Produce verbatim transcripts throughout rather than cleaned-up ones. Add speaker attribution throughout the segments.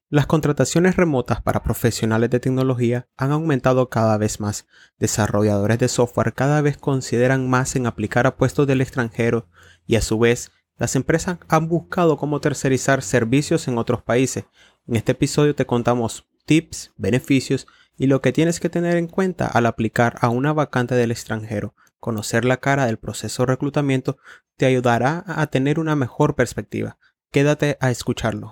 Speaker 1: Las contrataciones remotas para profesionales de tecnología han aumentado cada vez más. Desarrolladores de software cada vez consideran más en aplicar a puestos del extranjero y a su vez, las empresas han buscado cómo tercerizar servicios en otros países. En este episodio te contamos tips, beneficios y lo que tienes que tener en cuenta al aplicar a una vacante del extranjero. Conocer la cara del proceso de reclutamiento te ayudará a tener una mejor perspectiva. Quédate a escucharlo.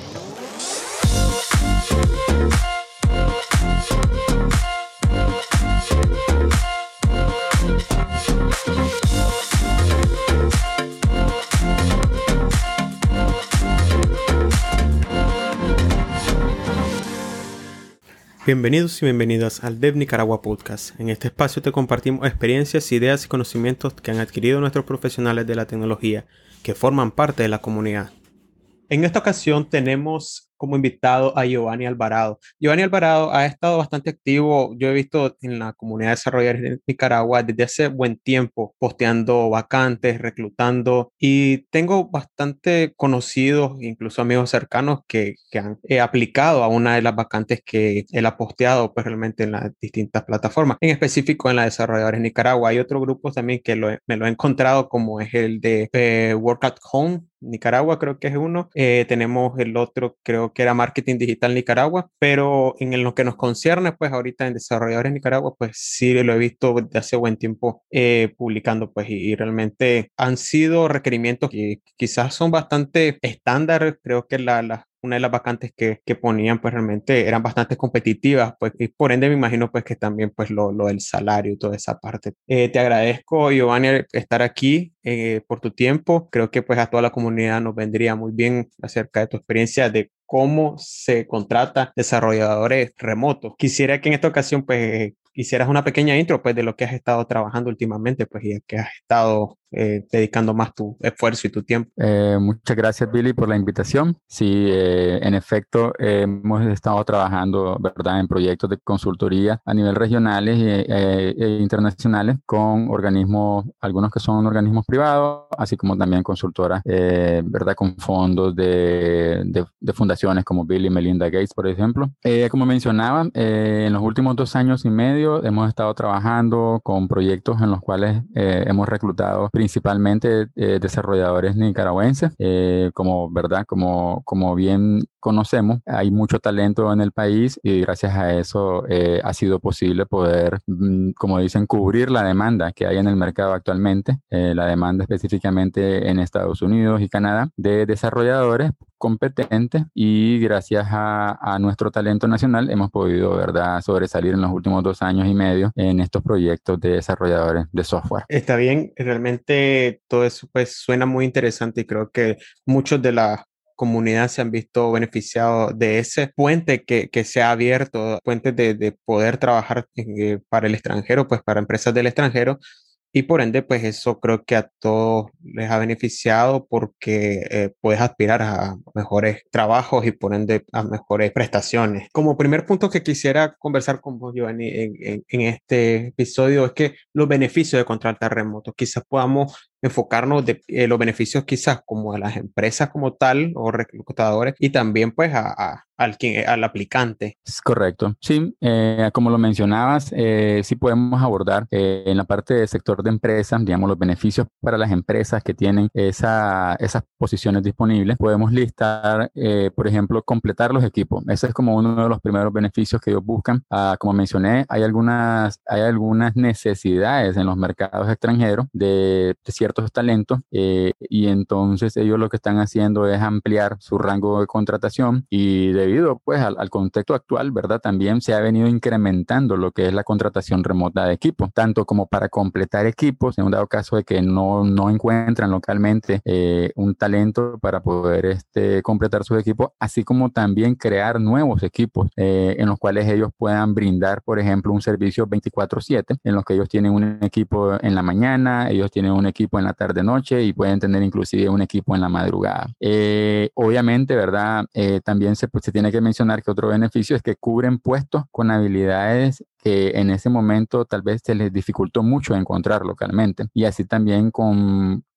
Speaker 1: Bienvenidos y bienvenidas al Dev Nicaragua Podcast. En este espacio te compartimos experiencias, ideas y conocimientos que han adquirido nuestros profesionales de la tecnología que forman parte de la comunidad. En esta ocasión tenemos como invitado a Giovanni Alvarado. Giovanni Alvarado ha estado bastante activo, yo he visto en la comunidad de desarrolladores de Nicaragua desde hace buen tiempo, posteando vacantes, reclutando, y tengo bastante conocidos, incluso amigos cercanos que, que han eh, aplicado a una de las vacantes que él ha posteado pues realmente en las distintas plataformas, en específico en la de desarrolladores de Nicaragua. Hay otro grupo también que lo he, me lo he encontrado, como es el de eh, Work at Home Nicaragua, creo que es uno. Eh, tenemos el otro, creo que era Marketing Digital Nicaragua, pero en lo que nos concierne, pues ahorita en Desarrolladores Nicaragua, pues sí lo he visto desde hace buen tiempo eh, publicando, pues y, y realmente han sido requerimientos que quizás son bastante estándar. Creo que la, la una de las vacantes que, que ponían pues realmente eran bastante competitivas, pues y por ende me imagino pues que también pues lo, lo del salario y toda esa parte. Eh, te agradezco, Giovanni, estar aquí eh, por tu tiempo. Creo que pues a toda la comunidad nos vendría muy bien acerca de tu experiencia de cómo se contrata desarrolladores remotos. Quisiera que en esta ocasión pues hicieras una pequeña intro pues de lo que has estado trabajando últimamente pues y que has estado eh, dedicando más tu esfuerzo y tu tiempo.
Speaker 2: Eh, muchas gracias, Billy, por la invitación. Sí, eh, en efecto, eh, hemos estado trabajando, ¿verdad?, en proyectos de consultoría a nivel regionales e, e, e internacionales con organismos, algunos que son organismos privados, así como también consultoras, eh, ¿verdad?, con fondos de, de, de fundaciones como Bill y Melinda Gates, por ejemplo. Eh, como mencionaba, eh, en los últimos dos años y medio hemos estado trabajando con proyectos en los cuales eh, hemos reclutado principalmente eh, desarrolladores nicaragüenses. Eh, como, ¿verdad? Como, como bien conocemos, hay mucho talento en el país y gracias a eso eh, ha sido posible poder, mm, como dicen, cubrir la demanda que hay en el mercado actualmente, eh, la demanda específicamente en Estados Unidos y Canadá de desarrolladores competentes, y gracias a, a nuestro talento nacional hemos podido, ¿verdad?, sobresalir en los últimos dos años y medio en estos proyectos de desarrolladores de software.
Speaker 1: Está bien, realmente todo eso pues suena muy interesante y creo que muchos de la comunidad se han visto beneficiados de ese puente que, que se ha abierto, puente de, de poder trabajar eh, para el extranjero, pues para empresas del extranjero. Y por ende, pues eso creo que a todos les ha beneficiado porque eh, puedes aspirar a mejores trabajos y por ende a mejores prestaciones. Como primer punto que quisiera conversar con vos, Giovanni, en, en, en este episodio es que los beneficios de contratar remoto, quizás podamos enfocarnos de eh, los beneficios quizás como a las empresas como tal o reclutadores y también pues a, a, al, quien, al aplicante.
Speaker 2: Es correcto. Sí, eh, como lo mencionabas, eh, sí podemos abordar eh, en la parte del sector de empresas, digamos, los beneficios para las empresas que tienen esa, esas posiciones disponibles. Podemos listar, eh, por ejemplo, completar los equipos. Ese es como uno de los primeros beneficios que ellos buscan. Ah, como mencioné, hay algunas, hay algunas necesidades en los mercados extranjeros de, de ciertos talentos eh, y entonces ellos lo que están haciendo es ampliar su rango de contratación, y debido pues al, al contexto actual, ¿verdad?, también se ha venido incrementando lo que es la contratación remota de equipos, tanto como para completar equipos, en un dado caso de que no, no encuentran localmente eh, un talento para poder este, completar sus equipos, así como también crear nuevos equipos eh, en los cuales ellos puedan brindar, por ejemplo, un servicio veinticuatro siete, en los que ellos tienen un equipo en la mañana, ellos tienen un equipo en la tarde-noche y pueden tener inclusive un equipo en la madrugada. Eh, obviamente, ¿verdad? Eh, también se, pues, se tiene que mencionar que otro beneficio es que cubren puestos con habilidades que en ese momento tal vez se les dificultó mucho encontrar localmente, y así también con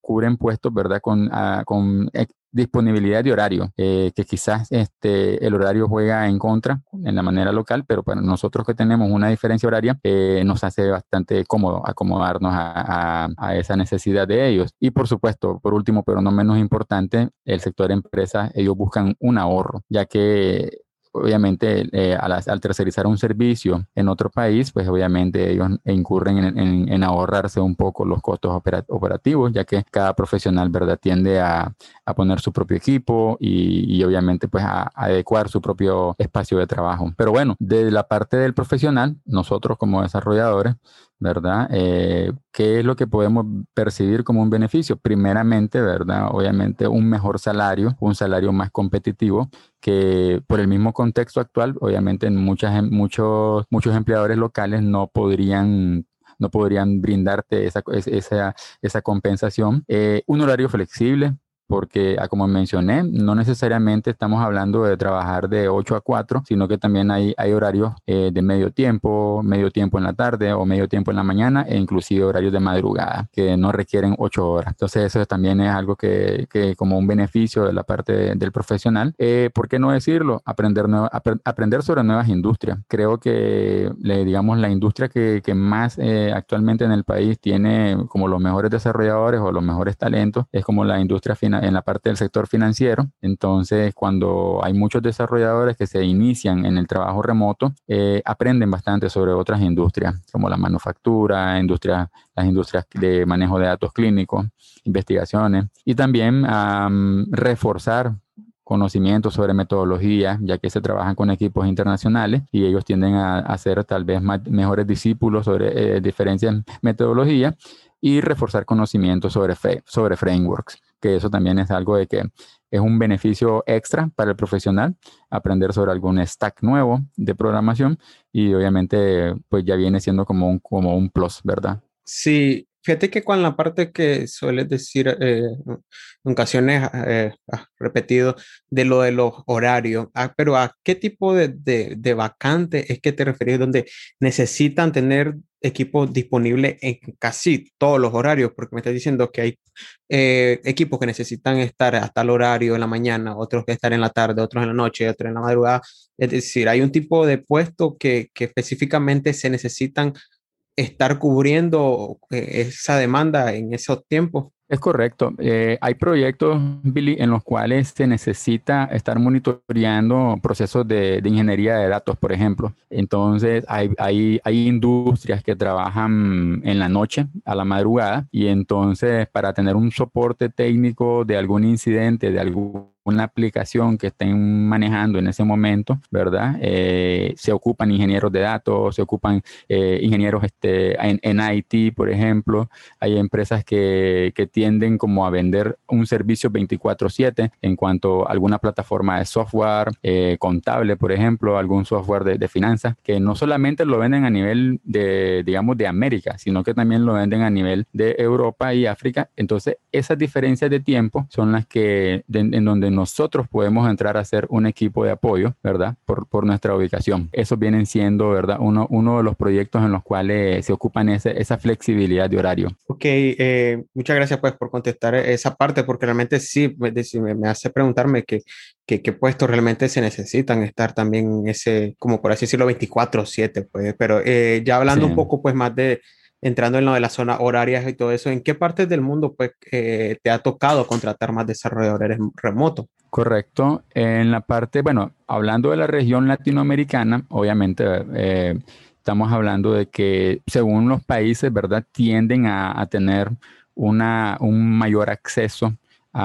Speaker 2: cubren puestos, ¿verdad? Con, uh, con disponibilidad de horario, eh, que quizás este, el horario juega en contra en la manera local, pero para nosotros que tenemos una diferencia horaria, eh, nos hace bastante cómodo acomodarnos a, a, a esa necesidad de ellos. Y por supuesto, por último, pero no menos importante, el sector empresas, ellos buscan un ahorro, ya que obviamente eh, al, al tercerizar un servicio en otro país, pues obviamente ellos incurren en, en, en ahorrarse un poco los costos opera, operativos, ya que cada profesional, ¿verdad?, tiende a, a poner su propio equipo y, y obviamente pues a, a adecuar su propio espacio de trabajo. Pero bueno, de la parte del profesional, nosotros como desarrolladores, ¿verdad? Eh, ¿qué es lo que podemos percibir como un beneficio? Primeramente, ¿verdad? Obviamente un mejor salario, un salario más competitivo, que por el mismo contexto actual, obviamente muchas, muchos, muchos empleadores locales no podrían no podrían brindarte esa, esa, esa compensación. Eh, un horario flexible, porque como mencioné, no necesariamente estamos hablando de trabajar de ocho a cuatro, sino que también hay, hay horarios eh, de medio tiempo, medio tiempo en la tarde o medio tiempo en la mañana, e inclusive horarios de madrugada que no requieren ocho horas. Entonces eso también es algo que, que como un beneficio de la parte de, del profesional. Eh, ¿Por qué no decirlo? Aprender, nueva, ap aprender sobre nuevas industrias. Creo que, le, digamos, la industria que, que más eh, actualmente en el país tiene como los mejores desarrolladores o los mejores talentos es como la industria financiera, en la parte del sector financiero. Entonces, cuando hay muchos desarrolladores que se inician en el trabajo remoto, eh, aprenden bastante sobre otras industrias, como la manufactura, industria, las industrias de manejo de datos clínicos, investigaciones, y también um, reforzar conocimientos sobre metodología, ya que se trabajan con equipos internacionales y ellos tienden a, a ser tal vez más, mejores discípulos sobre eh, diferentes metodologías, y reforzar conocimientos sobre, sobre frameworks, que eso también es algo de que es un beneficio extra para el profesional, aprender sobre algún stack nuevo de programación, y obviamente pues ya viene siendo como un, como un plus, ¿verdad?
Speaker 1: Sí, fíjate que con la parte que sueles decir eh, en ocasiones eh, has repetido de lo de los horarios, ah, pero ¿a qué tipo de, de, de vacante es que te referís donde necesitan tener equipos disponibles en casi todos los horarios? Porque me estás diciendo que hay eh, equipos que necesitan estar hasta el horario en la mañana, otros que estar en la tarde, otros en la noche, otros en la madrugada. Es decir, hay un tipo de puesto que, que específicamente se necesitan estar cubriendo eh, esa demanda en esos tiempos.
Speaker 2: Es correcto. Eh, hay proyectos, Billy, en los cuales se necesita estar monitoreando procesos de, de ingeniería de datos, por ejemplo. Entonces, hay, hay, hay industrias que trabajan en la noche, a la madrugada, y entonces para tener un soporte técnico de algún incidente, de algún una aplicación que estén manejando en ese momento, ¿verdad? Eh, se ocupan ingenieros de datos, se ocupan eh, ingenieros este, en, en I T, por ejemplo. Hay empresas que, que tienden como a vender un servicio veinticuatro siete en cuanto a alguna plataforma de software eh, contable, por ejemplo, algún software de, de finanzas, que no solamente lo venden a nivel de, digamos, de América, sino que también lo venden a nivel de Europa y África. Entonces, esas diferencias de tiempo son las que, de, en donde nosotros podemos entrar a ser un equipo de apoyo, ¿verdad? Por, por nuestra ubicación. Esos vienen siendo, ¿verdad? Uno, uno de los proyectos en los cuales se ocupan ese, esa flexibilidad de horario.
Speaker 1: Ok, eh, muchas gracias pues por contestar esa parte, porque realmente sí me, me hace preguntarme qué que, que puestos realmente se necesitan estar también en ese, como por así decirlo, veinticuatro siete, pues. Pero eh, ya hablando sí. un poco pues más de, entrando en lo de las zonas horarias y todo eso, ¿en qué partes del mundo pues eh, te ha tocado contratar más desarrolladores remotos?
Speaker 2: Correcto. En la parte, bueno, hablando de la región latinoamericana, obviamente eh, estamos hablando de que según los países, ¿verdad?, tienden a, a tener una, un mayor acceso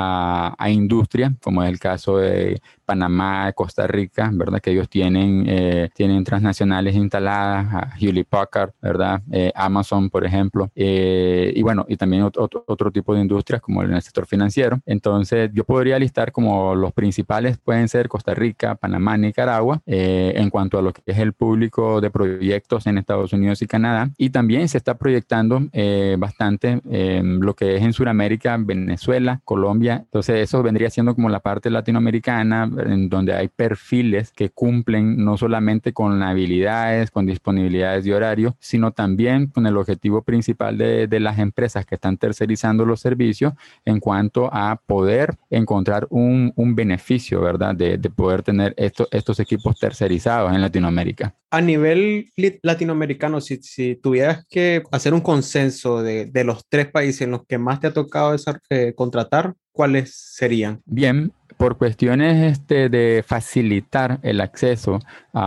Speaker 2: a, a industria, como es el caso de Panamá, Costa Rica, ¿verdad? Que ellos tienen, eh, tienen transnacionales instaladas, a Hewlett Packard, ¿verdad? Eh, Amazon, por ejemplo, eh, y bueno, y también otro, otro tipo de industrias como en el sector financiero. Entonces, yo podría listar como los principales pueden ser Costa Rica, Panamá, Nicaragua, eh, en cuanto a lo que es el público de proyectos en Estados Unidos y Canadá, y también se está proyectando eh, bastante eh, lo que es en Sudamérica, Venezuela, Colombia. Entonces, eso vendría siendo como la parte latinoamericana, en donde hay perfiles que cumplen no solamente con habilidades, con disponibilidades de horario, sino también con el objetivo principal de, de las empresas que están tercerizando los servicios en cuanto a poder encontrar un, un beneficio, ¿verdad? De, de poder tener esto, estos equipos tercerizados en Latinoamérica.
Speaker 1: A nivel latinoamericano, si, si tuvieras que hacer un consenso de, de los tres países en los que más te ha tocado esa, eh, contratar, ¿cuáles serían?
Speaker 2: Bien, por cuestiones este, de facilitar el acceso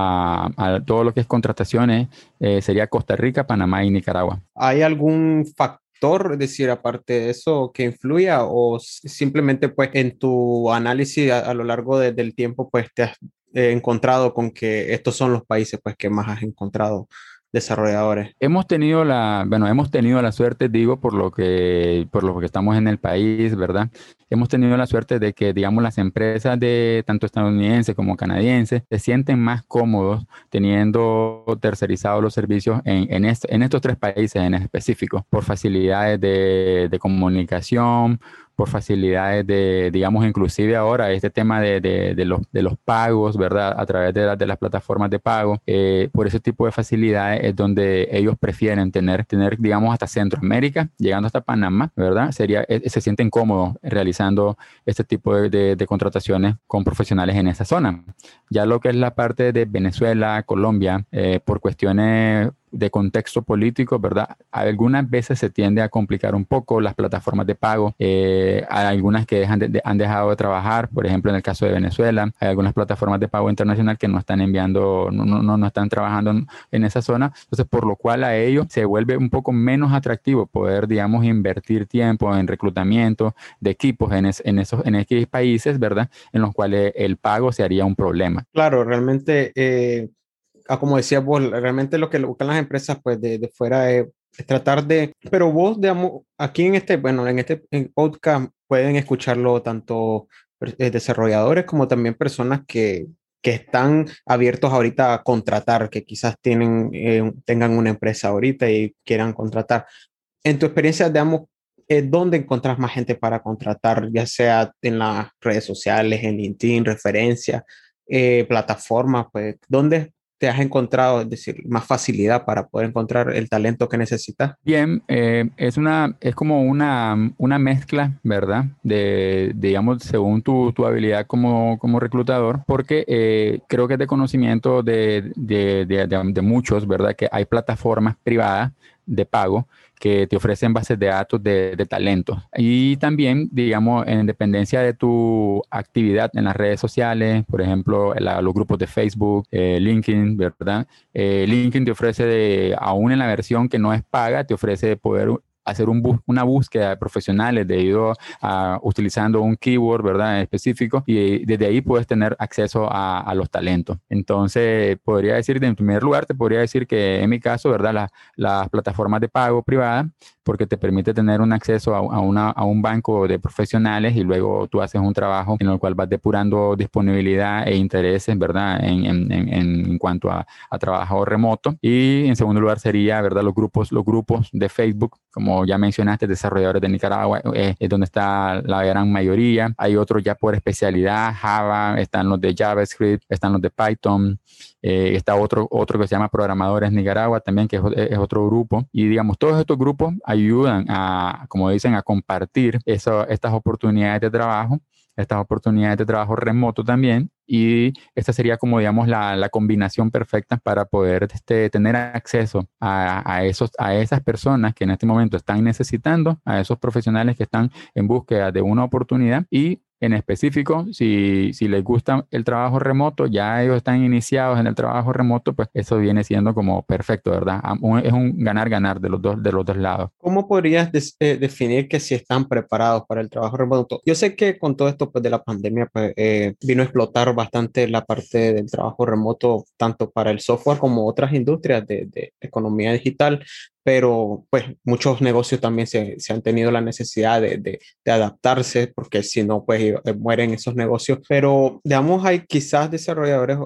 Speaker 2: a, a todo lo que es contrataciones, eh, sería Costa Rica, Panamá y Nicaragua.
Speaker 1: ¿Hay algún factor, es decir, aparte de eso, que influya o simplemente pues en tu análisis a, a lo largo de, del tiempo pues te has eh, encontrado con que estos son los países pues que más has encontrado desarrolladores?
Speaker 2: Hemos tenido la, bueno, hemos tenido la suerte, digo, por lo que, por lo que estamos en el país, ¿verdad? Hemos tenido la suerte de que, digamos, las empresas de tanto estadounidenses como canadienses se sienten más cómodos teniendo tercerizados los servicios en, en, est en estos tres países en específico, por facilidades de, de comunicación, por facilidades de, digamos, inclusive ahora este tema de, de, de, los, de los pagos, ¿verdad? A través de, la, de las plataformas de pago, eh, por ese tipo de facilidades es donde ellos prefieren tener, tener, digamos, hasta Centroamérica, llegando hasta Panamá, ¿verdad? Sería, eh, se sienten cómodos realizando este tipo de, de, de contrataciones con profesionales en esa zona. Ya lo que es la parte de Venezuela, Colombia, eh, por cuestiones de contexto político, ¿verdad? Algunas veces se tiende a complicar un poco las plataformas de pago. Eh, hay algunas que dejan de, de, han dejado de trabajar, por ejemplo, en el caso de Venezuela, hay algunas plataformas de pago internacional que no están enviando, no, no, no están trabajando en, en esa zona. Entonces, por lo cual a ellos se vuelve un poco menos atractivo poder, digamos, invertir tiempo en reclutamiento de equipos en, es, en esos en esos países, ¿verdad? En los cuales el pago se haría un problema.
Speaker 1: Claro, realmente... Eh... Ah, como decías vos, realmente lo que buscan las empresas pues de, de fuera es, es tratar de, pero vos, digamos, aquí en este, bueno, en este en podcast pueden escucharlo tanto eh, desarrolladores como también personas que, que están abiertos ahorita a contratar, que quizás tienen, eh, tengan una empresa ahorita y quieran contratar. En tu experiencia, digamos, eh, ¿dónde encontrás más gente para contratar, ya sea en las redes sociales, en LinkedIn, referencias, eh, plataformas, pues, ¿dónde te has encontrado, es decir, más facilidad para poder encontrar el talento que necesitas?
Speaker 2: Bien, eh, es una, es como una, una mezcla, ¿verdad? De, digamos, según tu, tu habilidad como, como reclutador, porque eh, creo que es de conocimiento de, de, de, de, de muchos, ¿verdad? Que hay plataformas privadas de pago que te ofrecen bases de datos de, de talentos. Y también, digamos, en dependencia de tu actividad en las redes sociales, por ejemplo, la, los grupos de Facebook, eh, LinkedIn, ¿verdad? Eh, LinkedIn te ofrece, de, aún en la versión que no es paga, te ofrece poder hacer un bus una búsqueda de profesionales debido a utilizando un keyword, ¿verdad? Específico, y desde ahí puedes tener acceso a, a los talentos. Entonces, podría decir, en primer lugar, te podría decir que en mi caso, ¿verdad? La, las plataformas de pago privadas, porque te permite tener un acceso a, a, una, a un banco de profesionales y luego tú haces un trabajo en el cual vas depurando disponibilidad e intereses, ¿verdad? En, en, en, en cuanto a, a trabajo remoto. Y en segundo lugar sería, ¿verdad? Los grupos, los grupos de Facebook, como ya mencionaste, desarrolladores de Nicaragua, eh, es donde está la gran mayoría. Hay otros ya por especialidad, Java, están los de JavaScript, están los de Python, eh, está otro, otro que se llama Programadores Nicaragua también, que es, es otro grupo. Y digamos, todos estos grupos ayudan a, como dicen, a compartir eso, estas oportunidades de trabajo, estas oportunidades de trabajo remoto también. Y esta sería como, digamos, la, la combinación perfecta para poder este, tener acceso a, a, esos, a esas personas que en este momento están necesitando, a esos profesionales que están en búsqueda de una oportunidad. Y en específico, si, si les gusta el trabajo remoto, ya ellos están iniciados en el trabajo remoto, pues eso viene siendo como perfecto, ¿verdad? Es un ganar-ganar de los dos, de los dos lados.
Speaker 1: ¿Cómo podrías des, eh, definir que si están preparados para el trabajo remoto? Yo sé que con todo esto pues, de la pandemia pues, eh, vino a explotar bastante la parte del trabajo remoto, tanto para el software como otras industrias de, de economía digital, pero pues muchos negocios también se, se han tenido la necesidad de, de, de adaptarse, porque si no, pues eh, mueren esos negocios. Pero, digamos, hay quizás desarrolladores eh,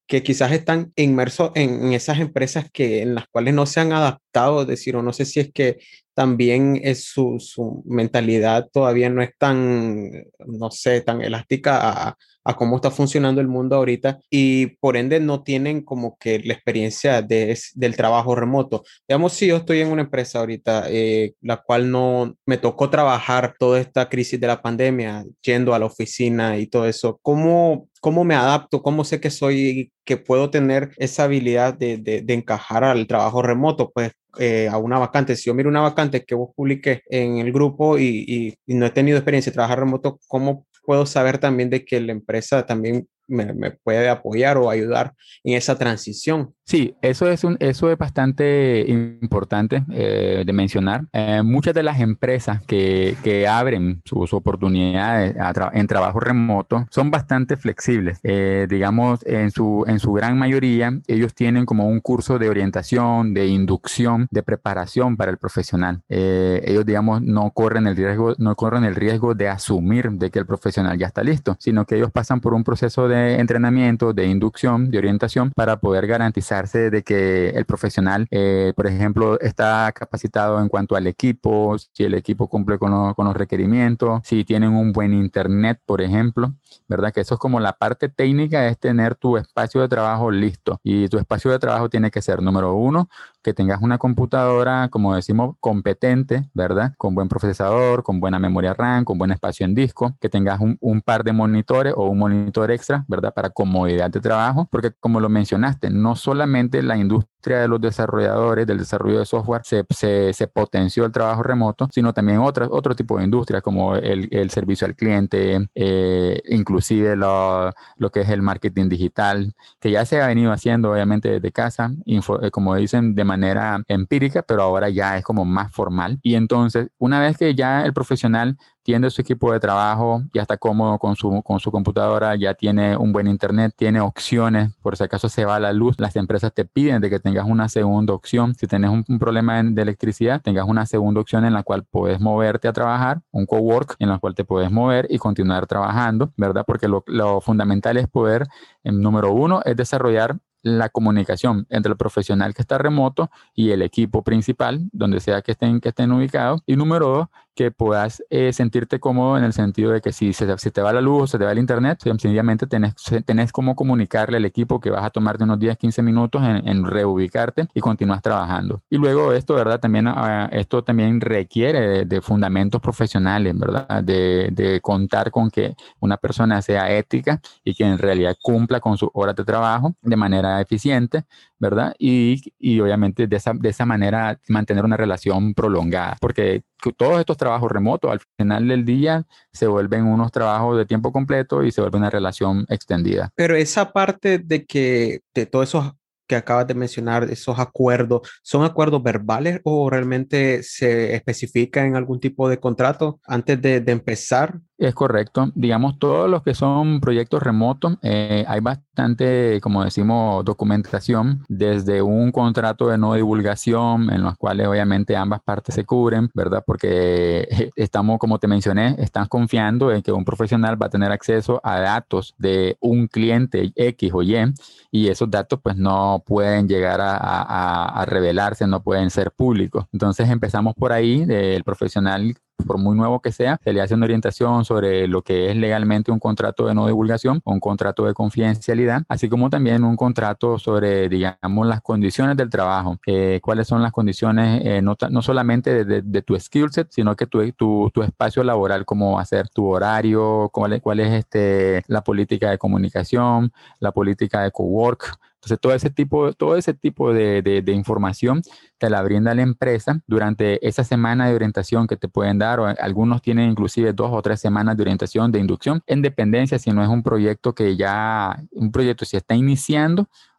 Speaker 1: que quizás están inmersos en, en esas empresas que, en las cuales no se han adaptado, es decir, o no sé si es que también es su, su mentalidad todavía no es tan, no sé, tan elástica a, a cómo está funcionando el mundo ahorita y por ende no tienen como que la experiencia de, del trabajo remoto. Digamos, si yo estoy en una empresa ahorita, eh, la cual no me tocó trabajar toda esta crisis de la pandemia, yendo a la oficina y todo eso, ¿cómo, cómo me adapto? ¿Cómo sé que soy, que puedo tener esa habilidad de, de, de encajar al trabajo remoto? Pues eh, a una vacante. Si yo miro una vacante que vos publiqué en el grupo y, y, y no he tenido experiencia de trabajar remoto, ¿cómo puedo saber también de que la empresa también me, me puede apoyar o ayudar en esa transición?
Speaker 2: Sí, eso es un, eso es bastante importante eh, de mencionar. Eh, muchas de las empresas que, que abren sus oportunidades a tra- en trabajo remoto son bastante flexibles. Eh, digamos, en su, en su gran mayoría, ellos tienen como un curso de orientación, de inducción, de preparación para el profesional. Eh, ellos, digamos, no corren el riesgo, no corren el riesgo de asumir de que el profesional ya está listo, sino que ellos pasan por un proceso de entrenamiento, de inducción, de orientación para poder garantizar de que el profesional, eh, por ejemplo, está capacitado en cuanto al equipo, si el equipo cumple con, lo, con los requerimientos, si tienen un buen internet, por ejemplo, ¿verdad? Que eso es como la parte técnica, es tener tu espacio de trabajo listo. Y tu espacio de trabajo tiene que ser, número uno, que tengas una computadora, como decimos, competente, ¿verdad? Con buen procesador, con buena memoria RAM, con buen espacio en disco, que tengas un, un par de monitores o un monitor extra, ¿verdad? Para comodidad de trabajo, porque como lo mencionaste, no solamente la industria de los desarrolladores, del desarrollo de software, se, se, se potenció el trabajo remoto, sino también otras, otro tipo de industrias como el, el servicio al cliente, eh, inclusive lo, lo que es el marketing digital, que ya se ha venido haciendo obviamente desde casa, info, eh, como dicen, de manera empírica, pero ahora ya es como más formal. Y entonces, una vez que ya el profesional tiene su equipo de trabajo, ya está cómodo con su, con su computadora, ya tiene un buen internet, tiene opciones, por si acaso se va la luz, las empresas te piden de que tengas una segunda opción. Si tienes un, un problema en, de electricidad, tengas una segunda opción en la cual puedes moverte a trabajar, un cowork en la cual te puedes mover y continuar trabajando, ¿verdad? Porque lo, lo fundamental es poder, en, número uno, es desarrollar la comunicación entre el profesional que está remoto y el equipo principal, donde sea que estén, que estén ubicados. Y número dos, que puedas eh, sentirte cómodo en el sentido de que si se, si te va la luz o se te va el internet, sencillamente tenés, tenés cómo comunicarle al equipo que vas a tomarte unos diez, quince minutos en, en reubicarte y continúas trabajando. Y luego esto, ¿verdad? También, uh, esto también requiere de, de fundamentos profesionales, ¿verdad? De, de contar con que una persona sea ética y que en realidad cumpla con sus horas de trabajo de manera eficiente, ¿verdad? Y, y obviamente de esa, de esa manera mantener una relación prolongada, porque todos estos trabajos remotos al final del día se vuelven unos trabajos de tiempo completo y se vuelve una relación extendida.
Speaker 1: Pero esa parte de que de todos esos que acabas de mencionar, esos acuerdos, ¿son acuerdos verbales o realmente se especifica en algún tipo de contrato antes de, de empezar?
Speaker 2: Es correcto. Digamos, todos los que son proyectos remotos, eh, hay bastante, como decimos, documentación, desde un contrato de no divulgación, en los cuales obviamente ambas partes se cubren, ¿verdad? Porque estamos, como te mencioné, están confiando en que un profesional va a tener acceso a datos de un cliente X o Y, y esos datos pues no pueden llegar a, a, a revelarse, no pueden ser públicos. Entonces empezamos por ahí, el profesional, por muy nuevo que sea, se le hace una orientación sobre lo que es legalmente un contrato de no divulgación, un contrato de confidencialidad, así como también un contrato sobre, digamos, las condiciones del trabajo, eh, cuáles son las condiciones, eh, no, no solamente de, de, de tu skill set, sino que tu, tu, tu espacio laboral, cómo va a ser tu horario, cuál es, cuál es este, la política de comunicación, la política de cowork. Entonces, todo ese tipo, todo ese tipo de, de, de información te la brinda la empresa durante esa semana de orientación que te pueden dar, o algunos tienen inclusive dos o tres semanas de orientación, de inducción, en dependencia si no es un proyecto que ya, un proyecto si está iniciando,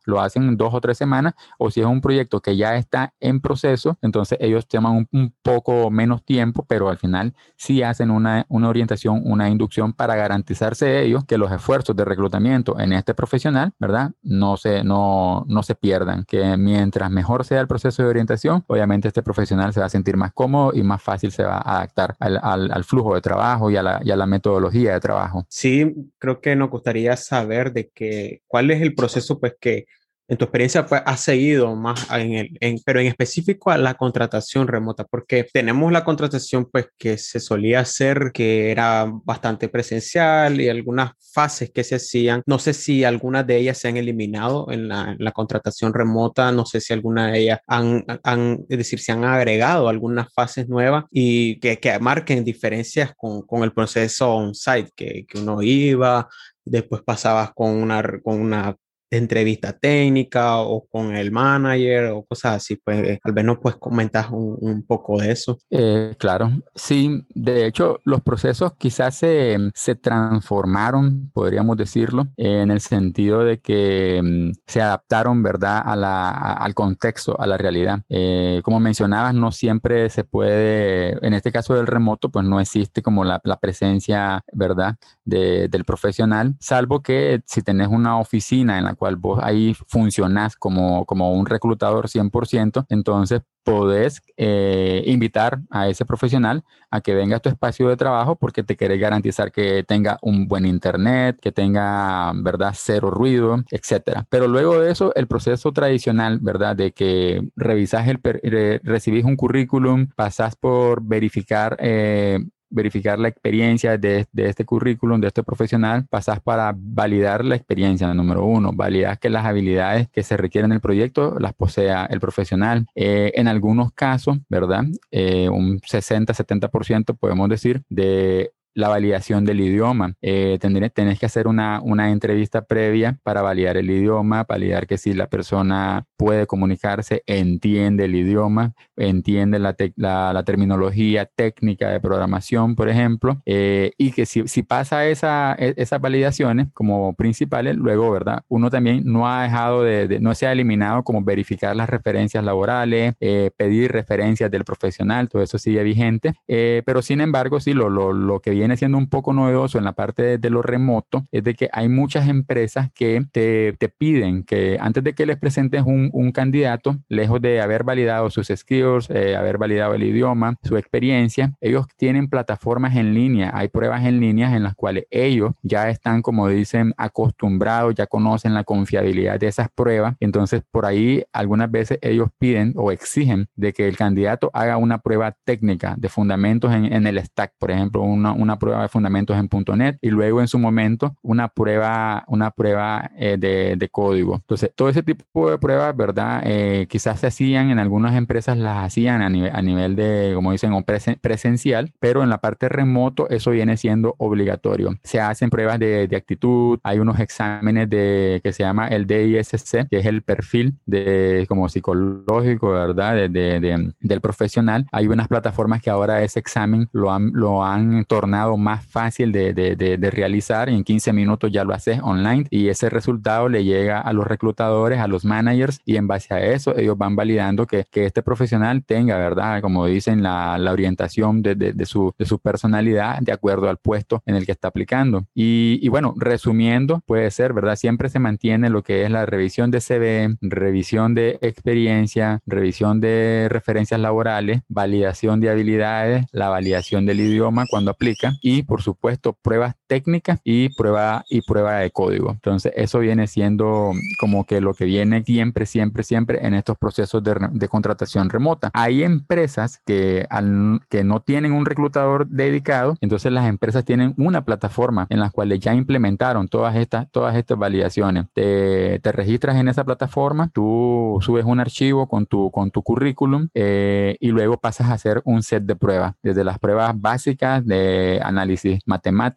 Speaker 2: lo hacen en dos o tres semanas, o si es un proyecto que ya está en proceso, entonces ellos toman un, un poco menos tiempo, pero al final sí hacen una, una orientación, una inducción para garantizarse ellos que los esfuerzos de reclutamiento en este profesional, ¿verdad? No se, no, no se pierdan, que mientras mejor sea el proceso de orientación, obviamente este profesional se va a sentir más cómodo y más fácil se va a adaptar al, al, al flujo de trabajo y a, la, y a la metodología de trabajo.
Speaker 1: Sí, creo que nos gustaría saber de que, cuál es el proceso, pues, que en tu experiencia pues, has seguido más en el, en, pero en específico a la contratación remota, porque tenemos la contratación pues que se solía hacer, que era bastante presencial y algunas fases que se hacían. No sé si algunas de ellas se han eliminado en la, en la contratación remota, no sé si algunas de ellas han, han, es decir, se han agregado algunas fases nuevas y que, que marquen diferencias con, con el proceso on-site, que, que uno iba, después pasabas con una, con una entrevista técnica o con el manager o cosas así, pues al menos pues comentas un, un poco de eso.
Speaker 2: Eh, claro, sí, de hecho los procesos quizás se, se transformaron, podríamos decirlo, en el sentido de que um, se adaptaron, ¿verdad?, a la, a, al contexto, a la realidad. Eh, como mencionabas, no siempre se puede, en este caso del remoto, pues no existe como la, la presencia, ¿verdad?, de, del profesional, salvo que si tenés una oficina en la cual vos ahí funcionás como, como un reclutador cien por ciento, entonces podés eh, invitar a ese profesional a que venga a tu espacio de trabajo porque te querés garantizar que tenga un buen internet, que tenga, ¿verdad?, cero ruido, etcétera. Pero luego de eso, el proceso tradicional, ¿verdad?, de que revisás el, re, recibís un currículum, pasás por verificar eh, verificar la experiencia de, de este currículum, de este profesional, pasas para validar la experiencia, número uno, validar que las habilidades que se requieren en el proyecto las posea el profesional. Eh, en algunos casos, ¿verdad? Eh, un sesenta, setenta por ciento podemos decir de la validación del idioma. Eh, tendré, tenés que hacer una, una entrevista previa para validar el idioma, validar que si la persona puede comunicarse, entiende el idioma, entiende la, te, la, la terminología técnica de programación, por ejemplo, eh, y que si, si pasa esa, esas validaciones como principales, luego, ¿verdad? Uno también no ha dejado de, de no se ha eliminado como verificar las referencias laborales, eh, pedir referencias del profesional, todo eso sigue vigente, eh, pero sin embargo, sí, lo, lo, lo que viene viene siendo un poco novedoso en la parte de, de lo remoto es de que hay muchas empresas que te, te piden que antes de que les presentes un, un candidato, lejos de haber validado sus skills, eh, haber validado el idioma, su experiencia, ellos tienen plataformas en línea, hay pruebas en línea en las cuales ellos ya están, como dicen, acostumbrados, ya conocen la confiabilidad de esas pruebas, entonces por ahí algunas veces ellos piden o exigen de que el candidato haga una prueba técnica de fundamentos en, en el stack, por ejemplo, una, una prueba de fundamentos en punto net y luego en su momento una prueba, una prueba eh, de, de código. Entonces, todo ese tipo de pruebas, ¿verdad? Eh, quizás se hacían, en algunas empresas las hacían a nivel, a nivel de, como dicen, presen, presencial, pero en la parte remoto eso viene siendo obligatorio. Se hacen pruebas de, de actitud, hay unos exámenes de, que se llama el D I S C, que es el perfil de, como psicológico, ¿verdad? De, de, de, del profesional. Hay unas plataformas que ahora ese examen lo han, lo han tornado más fácil de, de, de, de realizar. En quince minutos ya lo haces online y ese resultado le llega a los reclutadores, a los managers, y en base a eso ellos van validando que, que este profesional tenga, ¿verdad?, como dicen, la, la orientación de, de, de, su, de su personalidad de acuerdo al puesto en el que está aplicando. Y, y bueno, resumiendo, puede ser, ¿verdad? Siempre se mantiene lo que es la revisión de C V, revisión de experiencia, revisión de referencias laborales, validación de habilidades, la validación del idioma cuando aplica, y por supuesto pruebas técnicas y prueba y prueba de código. Entonces eso viene siendo como que lo que viene siempre, siempre, siempre en estos procesos de, de contratación remota. Hay empresas que, al, que no tienen un reclutador dedicado, entonces las empresas tienen una plataforma en la cual ya implementaron todas estas, todas estas validaciones. Te, te registras en esa plataforma, tú subes un archivo con tu, con tu currículum eh, y luego pasas a hacer un set de pruebas, desde las pruebas básicas de análisis matemático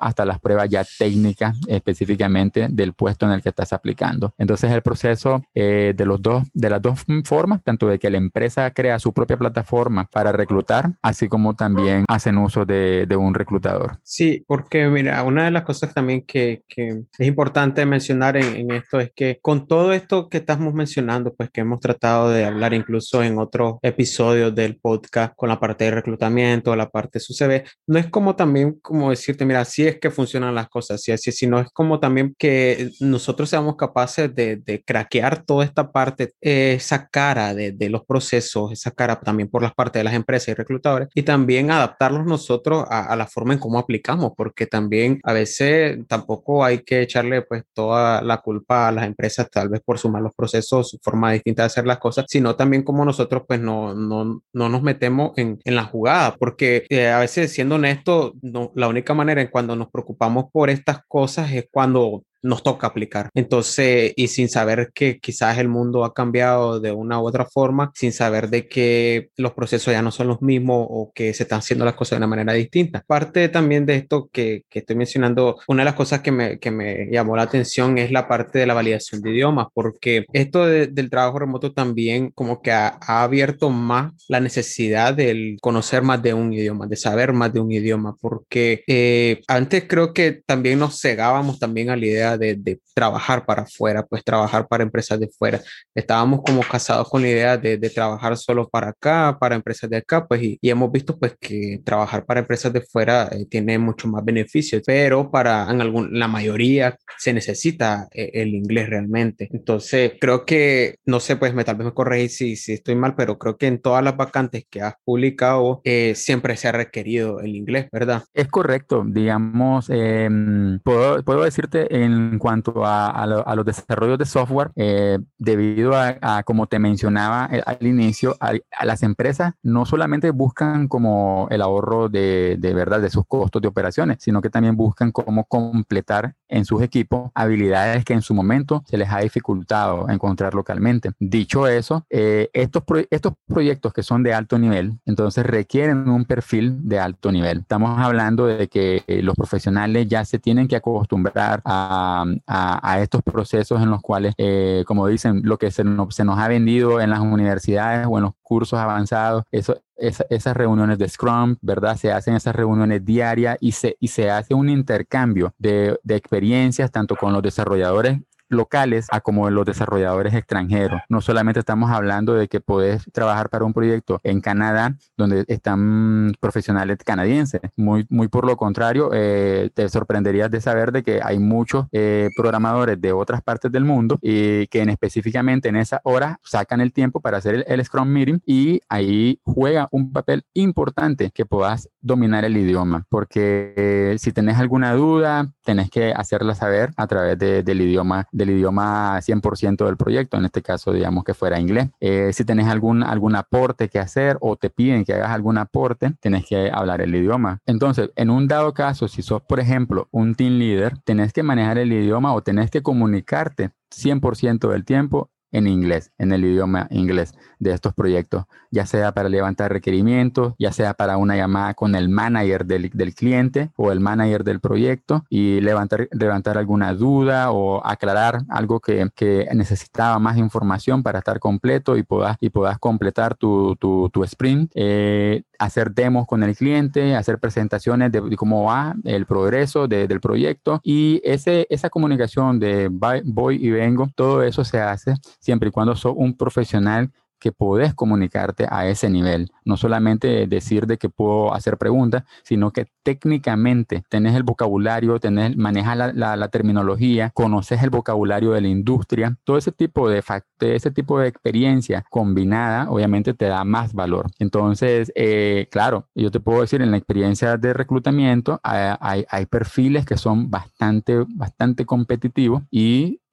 Speaker 2: hasta las pruebas ya técnicas específicamente del puesto en el que estás aplicando. Entonces el proceso eh, de, los dos, de las dos formas, tanto de que la empresa crea su propia plataforma para reclutar, así como también hacen uso de, de un reclutador.
Speaker 1: Sí, porque mira, una de las cosas también que, que es importante mencionar en, en esto es que con todo esto que estamos mencionando, pues que hemos tratado de hablar incluso en otros episodios del podcast con la parte de reclutamiento, la parte de su C V, no es como también como decirte, mira, así es que funcionan las cosas, así, así, sino es como también que nosotros seamos capaces de, de craquear toda esta parte, eh, esa cara de, de los procesos, esa cara también por las partes de las empresas y reclutadores, y también adaptarlos nosotros a, a la forma en cómo aplicamos, porque también a veces tampoco hay que echarle pues toda la culpa a las empresas, tal vez por sus malos procesos, su forma distinta de hacer las cosas, sino también como nosotros pues no, no, no nos metemos en, en la jugada, porque eh, a veces siendo honesto, no, la única manera en cuando nos preocupamos por estas cosas es cuando nos toca aplicar. Entonces, y sin saber que quizás el mundo ha cambiado de una u otra forma, sin saber de que los procesos ya no son los mismos o que se están haciendo las cosas de una manera distinta. Parte también de esto que, que estoy mencionando, una de las cosas que me, que me llamó la atención es la parte de la validación de idiomas, porque esto de, del trabajo remoto también como que ha, ha abierto más la necesidad de conocer más de un idioma, de saber más de un idioma, porque eh, antes creo que también nos cegábamos también a la idea De, de trabajar para afuera, pues trabajar para empresas de fuera. Estábamos como casados con la idea de, de trabajar solo para acá, para empresas de acá, pues y, y hemos visto pues que trabajar para empresas de fuera eh, tiene mucho más beneficios, pero para en algún, la mayoría se necesita eh, el inglés realmente. Entonces creo que, no sé, pues me, tal vez me corregís si, si estoy mal, pero creo que en todas las vacantes que has publicado eh, siempre se ha requerido el inglés, ¿verdad?
Speaker 2: Es correcto, digamos, eh, puedo, puedo decirte en cuanto a, a, lo, a los desarrollos de software, eh, debido a, a, como te mencionaba eh, al inicio, a, a las empresas no solamente buscan como el ahorro de, de verdad de sus costos de operaciones, sino que también buscan cómo completar en sus equipos habilidades que en su momento se les ha dificultado encontrar localmente. Dicho eso, eh, estos, pro, estos proyectos que son de alto nivel, entonces requieren un perfil de alto nivel. Estamos hablando de que eh, los profesionales ya se tienen que acostumbrar a A, a estos procesos en los cuales, eh, como dicen, lo que se nos, se nos ha vendido en las universidades o en los cursos avanzados, eso, esa, esas reuniones de Scrum, ¿verdad? Se hacen esas reuniones diarias y se, y se hace un intercambio de, de experiencias tanto con los desarrolladores locales a como los desarrolladores extranjeros. No solamente estamos hablando de que puedes trabajar para un proyecto en Canadá donde están profesionales canadienses. Muy, muy por lo contrario, eh, te sorprenderías de saber de que hay muchos eh, programadores de otras partes del mundo y que en, específicamente en esa hora sacan el tiempo para hacer el, el Scrum Meeting y ahí juega un papel importante que puedas dominar el idioma, porque eh, si tenés alguna duda, tenés que hacerla saber a través de, del idioma del idioma cien por ciento del proyecto, en este caso digamos que fuera inglés. Eh, si tenés algún, algún aporte que hacer o te piden que hagas algún aporte, tenés que hablar el idioma. Entonces, en un dado caso, si sos por ejemplo un team leader, tenés que manejar el idioma o tenés que comunicarte cien por ciento del tiempo en inglés, en el idioma inglés de estos proyectos, ya sea para levantar requerimientos, ya sea para una llamada con el manager del, del cliente o el manager del proyecto y levantar, levantar alguna duda o aclarar algo que, que necesitaba más información para estar completo y puedas, y puedas completar tu, tu, tu sprint, eh, hacer demos con el cliente, hacer presentaciones de, de cómo va el progreso de, del proyecto y ese, esa comunicación de voy y vengo, todo eso se hace siempre y cuando sos un profesional que podés comunicarte a ese nivel. No solamente decir de que puedo hacer preguntas, sino que técnicamente tenés el vocabulario, tenés, manejas la, la, la terminología, conoces el vocabulario de la industria. Todo ese tipo de, de, ese tipo de experiencia combinada, obviamente te da más valor. Entonces, eh, claro, yo te puedo decir, en la experiencia de reclutamiento, hay, hay, hay perfiles que son bastante, bastante competitivos y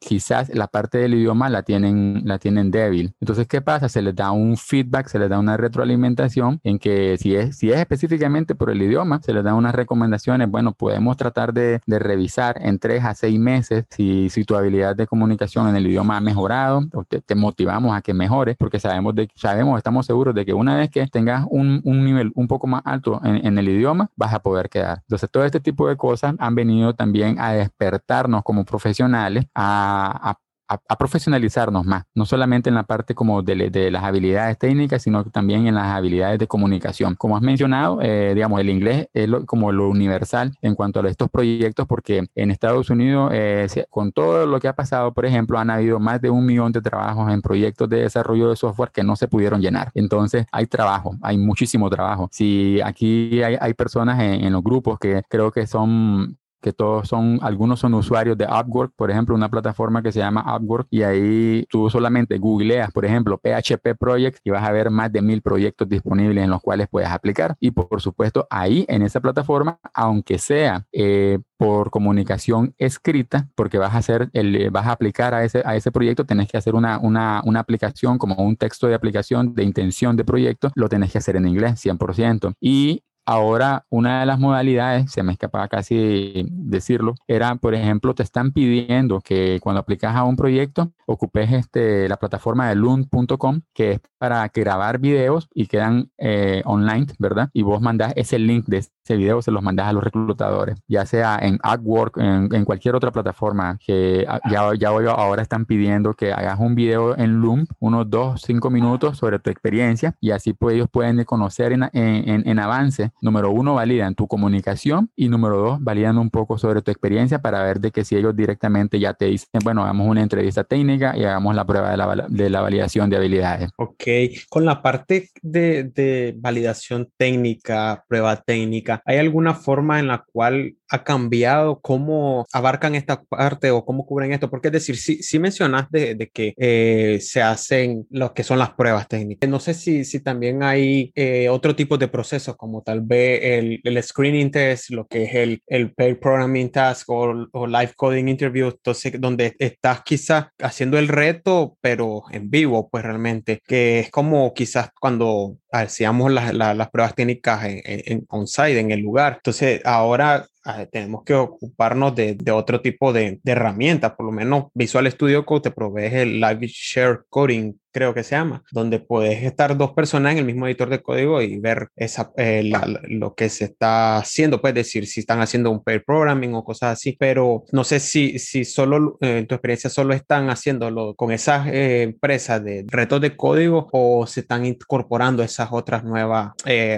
Speaker 2: quizás la parte del idioma la tienen, la tienen débil. Entonces, ¿qué pasa? Se les da un feedback, se les da una retroalimentación en que si es, si es específicamente por el idioma, se les da unas recomendaciones. Bueno, podemos tratar de, de revisar en tres a seis meses si, si tu habilidad de comunicación en el idioma ha mejorado, o te, te motivamos a que mejores, porque sabemos, de, sabemos, estamos seguros de que una vez que tengas un, un nivel un poco más alto en, en el idioma, vas a poder quedar. Entonces, todo este tipo de cosas han venido también a despertarnos como profesionales, a, a A, a profesionalizarnos más, no solamente en la parte como de, de las habilidades técnicas, sino también en las habilidades de comunicación. Como has mencionado, eh, digamos, el inglés es lo, como lo universal en cuanto a estos proyectos, porque en Estados Unidos, eh, con todo lo que ha pasado, por ejemplo, han habido más de un millón de trabajos en proyectos de desarrollo de software que no se pudieron llenar. Entonces, hay trabajo, hay muchísimo trabajo. Si aquí hay, hay personas en, en los grupos que creo que son... que todos son, algunos son usuarios de Upwork, por ejemplo, una plataforma que se llama Upwork, y ahí tú solamente googleas, por ejemplo, P H P Project, y vas a ver más de mil proyectos disponibles en los cuales puedes aplicar. Y por supuesto, ahí en esa plataforma, aunque sea eh, por comunicación escrita, porque vas a hacer el, vas a aplicar a ese, a ese proyecto, tenés que hacer una, una, una aplicación, como un texto de aplicación de intención de proyecto, lo tenés que hacer en inglés, cien por ciento. Y ahora, una de las modalidades, se me escapaba casi decirlo, era, por ejemplo, te están pidiendo que cuando aplicas a un proyecto, ocupes este, la plataforma de loom punto com, que es para grabar videos y quedan eh, online, ¿verdad? Y vos mandás ese link de ese video, se los mandás a los reclutadores, ya sea en Upwork, en, en cualquier otra plataforma, que ya, ya ahora están pidiendo que hagas un video en Loom, unos dos, cinco minutos sobre tu experiencia, y así pues ellos pueden conocer en, en, en avance. Número uno, validan tu comunicación, y número dos, validan un poco sobre tu experiencia para ver de que si ellos directamente ya te dicen, bueno, hagamos una entrevista técnica y hagamos la prueba de la, de la validación de habilidades.
Speaker 1: Ok, con la parte de, de validación técnica, prueba técnica, ¿hay alguna forma en la cual ha cambiado cómo abarcan esta parte o cómo cubren esto? Porque es decir, sí, sí mencionas de, de que eh, se hacen lo que son las pruebas técnicas. No sé si, si también hay eh, otro tipo de procesos, como tal vez el, el screening test, lo que es el, el pair programming task o, o live coding interview, entonces donde estás quizás haciendo el reto, pero en vivo, pues realmente, que es como quizás cuando hacíamos las, las, las pruebas técnicas en, en, en on-site, en el lugar. Entonces, ahora eh, tenemos que ocuparnos de, de otro tipo de, de herramientas, por lo menos Visual Studio Code te provee el Live Share Coding, creo que se llama, donde puedes estar dos personas en el mismo editor de código y ver esa, eh, la, la, lo que se está haciendo, puedes decir si están haciendo un pair programming o cosas así, pero no sé si, si solo, eh, en tu experiencia, solo están haciéndolo con esas eh, empresas de retos de código o se están incorporando esas otras nuevas eh,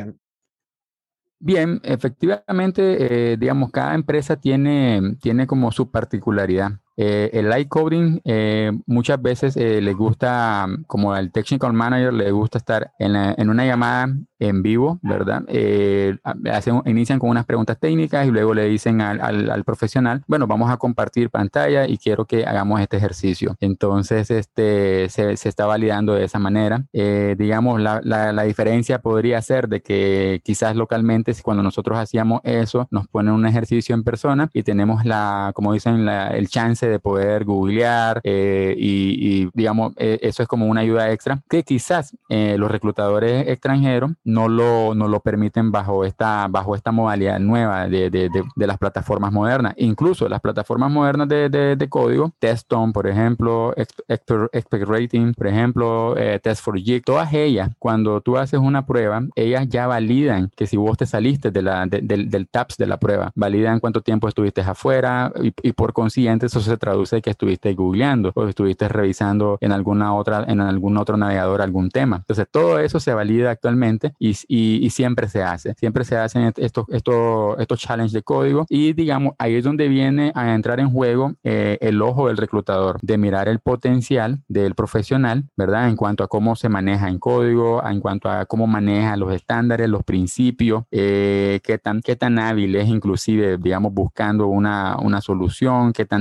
Speaker 2: Bien, efectivamente, eh, digamos, cada empresa tiene, tiene como su particularidad. Eh, el live coding eh, muchas veces eh, le gusta, como al technical manager, le gusta estar en, la, en una llamada en vivo, ¿verdad? Eh, hacen, inician con unas preguntas técnicas y luego le dicen al, al, al profesional, bueno, vamos a compartir pantalla y quiero que hagamos este ejercicio. Entonces, este, se, se está validando de esa manera. Eh, digamos, la, la, la diferencia podría ser de que quizás localmente, cuando nosotros hacíamos eso, nos ponen un ejercicio en persona y tenemos la, como dicen, la, el chance de poder googlear eh, y, y, digamos, eh, eso es como una ayuda extra que quizás eh, los reclutadores extranjeros no lo, no lo permiten bajo esta, bajo esta modalidad nueva de, de, de, de las plataformas modernas. Incluso las plataformas modernas de, de, de código, Teston, por ejemplo, Expert, Expert Rating, por ejemplo, eh, Test for Jig, todas ellas, cuando tú haces una prueba, ellas ya validan que si vos te saliste de la, de, de, del tabs de la prueba, validan cuánto tiempo estuviste afuera y, y por consiguiente eso se traduce que estuviste googleando o estuviste revisando en alguna otra, en algún otro navegador algún tema. Entonces todo eso se valida actualmente y, y, y siempre se hace. Siempre se hacen estos, estos, estos challenges de código y digamos ahí es donde viene a entrar en juego eh, el ojo del reclutador, de mirar el potencial del profesional, ¿verdad? En cuanto a cómo se maneja en código, en cuanto a cómo maneja los estándares, los principios, eh, qué tan, qué tan hábil es inclusive, digamos, buscando una, una solución, qué tan hábil es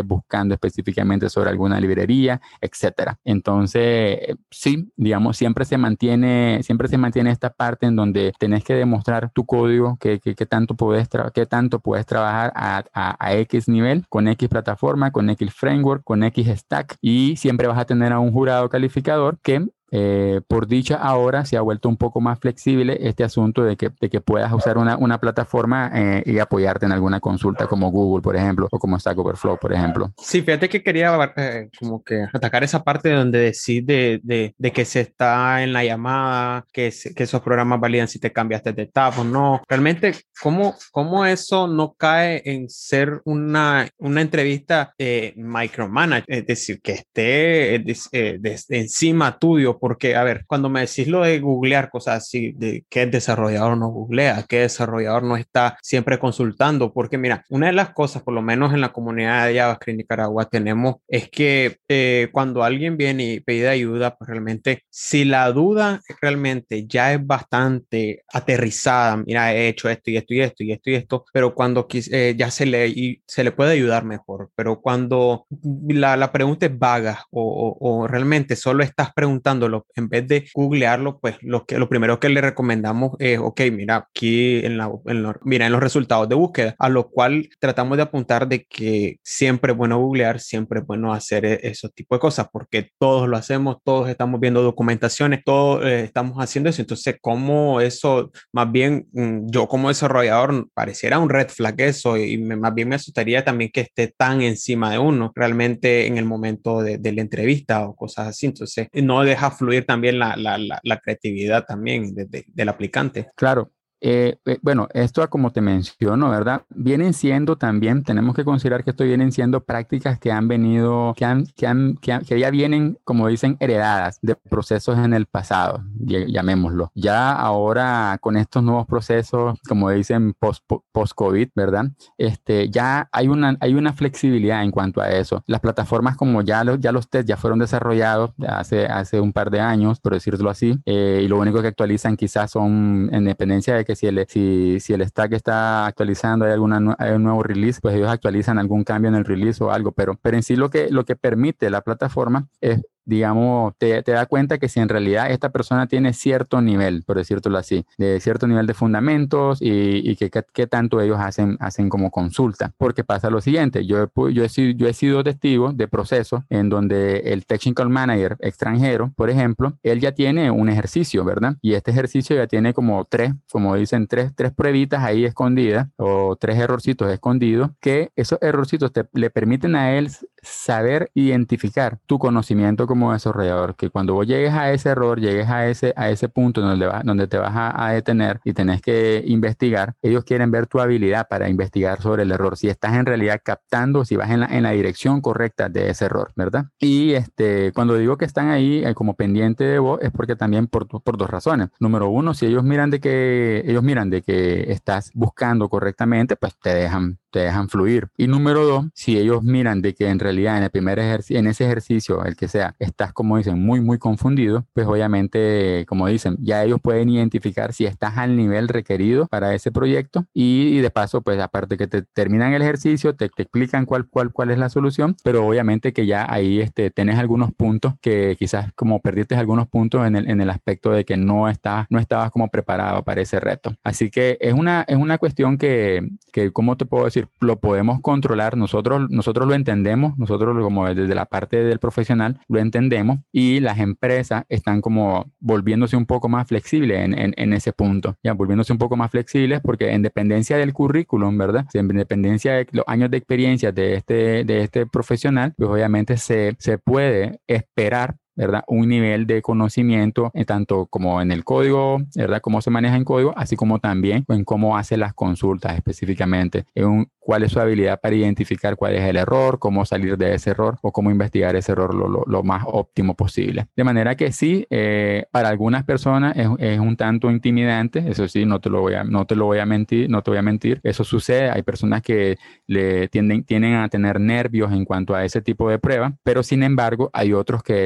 Speaker 2: buscando específicamente sobre alguna librería, etcétera. Entonces, sí, digamos, siempre se mantiene, siempre se mantiene esta parte en donde tenés que demostrar tu código, que, que, que tanto puedes, qué tanto puedes trabajar a, a, a X nivel, con X plataforma, con X framework, con X stack, y siempre vas a tener a un jurado calificador que Eh, por dicha ahora se ha vuelto un poco más flexible este asunto de que, de que puedas usar una, una plataforma eh, y apoyarte en alguna consulta como Google, por ejemplo, o como Stack Overflow, por ejemplo.
Speaker 1: Sí, fíjate que quería eh, como que atacar esa parte donde decís de, de, de que se está en la llamada, que, se- que esos programas validan si te cambiaste de tab o no. Realmente, ¿cómo, cómo eso no cae en ser una, una entrevista eh, micromanage? Es decir, que esté eh, des- eh, des- encima tuyo, porque, a ver, cuando me decís lo de googlear cosas así, de qué desarrollador no googlea, qué desarrollador no está siempre consultando, porque mira, una de las cosas, por lo menos en la comunidad de JavaScript Nicaragua, tenemos es que eh, cuando alguien viene y pide ayuda, pues realmente, si la duda realmente ya es bastante aterrizada, mira, he hecho esto y esto y esto y esto y esto, pero cuando quis- eh, ya se le, y se le puede ayudar mejor, pero cuando la, la pregunta es vaga o, o, o realmente solo estás preguntándolo en vez de googlearlo, pues lo, que, lo primero que le recomendamos es, ok, mira, aquí en la, en lo- mira en los resultados de búsqueda, a lo cual tratamos de apuntar de que siempre es bueno googlear, siempre es bueno hacer e- esos tipos de cosas, porque todos lo hacemos, todos estamos viendo documentaciones, todos eh, estamos haciendo eso, entonces, ¿cómo eso, más bien, mm, yo como desarrollador, pareciera un red flag eso, y me- más bien me asustaría también que esté tan encima de uno, realmente en el momento de, de la entrevista o cosas así, entonces, no deja fluir también la, la, la, la creatividad también de- de- del aplicante.
Speaker 2: Claro. Eh, eh, bueno, esto como te menciono, ¿verdad? Vienen siendo también, tenemos que considerar que esto vienen siendo prácticas que han venido, que han, que han, que han- que ya vienen, como dicen, heredadas de procesos en el pasado, ll- llamémoslo. Ya ahora con estos nuevos procesos, como dicen, post, po- post-COVID, ¿verdad? Este, ya hay una, hay una flexibilidad en cuanto a eso. Las plataformas como ya, los ya los test ya fueron desarrollados hace, hace un par de años, por decirlo así, eh, y lo único que actualizan quizás son en dependencia de que si el, si, si el stack está actualizando, hay, alguna, nue- hay un nuevo release, pues ellos actualizan algún cambio en el release o algo, pero, pero en sí lo que, lo que permite la plataforma es, digamos, te, te da cuenta que si en realidad esta persona tiene cierto nivel, por decirlo así, de cierto nivel de fundamentos y, y que, que, que tanto ellos hacen, hacen como consulta. Porque pasa lo siguiente, yo he, pu- yo he, sido, yo he sido testigo de procesos en donde el technical manager extranjero, por ejemplo, él ya tiene un ejercicio, ¿verdad? Y este ejercicio ya tiene como tres, como dicen, tres, tres pruebitas ahí escondidas o tres errorcitos escondidos, que esos errorcitos te, le permiten a él saber identificar tu conocimiento como desarrollador, que cuando vos llegues a ese error, llegues a ese, a ese punto donde, va, donde te vas a, a detener y tenés que investigar, ellos quieren ver tu habilidad para investigar sobre el error, si estás en realidad captando, si vas en la, en la dirección correcta de ese error, ¿verdad? Y este, cuando digo que están ahí eh, como pendiente de vos, es porque también por, por dos razones. Número uno, si ellos miran de que, ellos miran de que estás buscando correctamente, pues te dejan te dejan fluir. Y número dos, si ellos miran de que en realidad en el primer ejercicio, en ese ejercicio, el que sea, estás, como dicen, muy, muy confundido, pues obviamente, como dicen, ya ellos pueden identificar si estás al nivel requerido para ese proyecto y, y de paso, pues aparte que te terminan el ejercicio, te, te explican cuál, cuál, cuál es la solución, pero obviamente que ya ahí este, tenés algunos puntos que quizás como perdiste algunos puntos en el, en el aspecto de que no, estás, no estabas como preparado para ese reto. Así que es una, es una cuestión que, que, ¿cómo te puedo decir? Lo podemos controlar, nosotros, nosotros lo entendemos, nosotros como desde la parte del profesional lo entendemos y las empresas están como volviéndose un poco más flexibles en, en, en ese punto, ya volviéndose un poco más flexibles porque en dependencia del currículum, ¿verdad? En dependencia de los años de experiencia de este, de este profesional, pues obviamente se, se puede esperar, ¿verdad? Un nivel de conocimiento eh, tanto como en el código, ¿verdad? Cómo se maneja en código, así como también en cómo hace las consultas específicamente, en un, cuál es su habilidad para identificar cuál es el error, cómo salir de ese error o cómo investigar ese error lo, lo, lo más óptimo posible. De manera que sí, eh, para algunas personas es, es un tanto intimidante, eso sí, no te lo voy a, no te lo voy a mentir, no te voy a mentir, eso sucede, hay personas que le tienden, tienden a tener nervios en cuanto a ese tipo de pruebas, pero sin embargo hay otros que lo, lo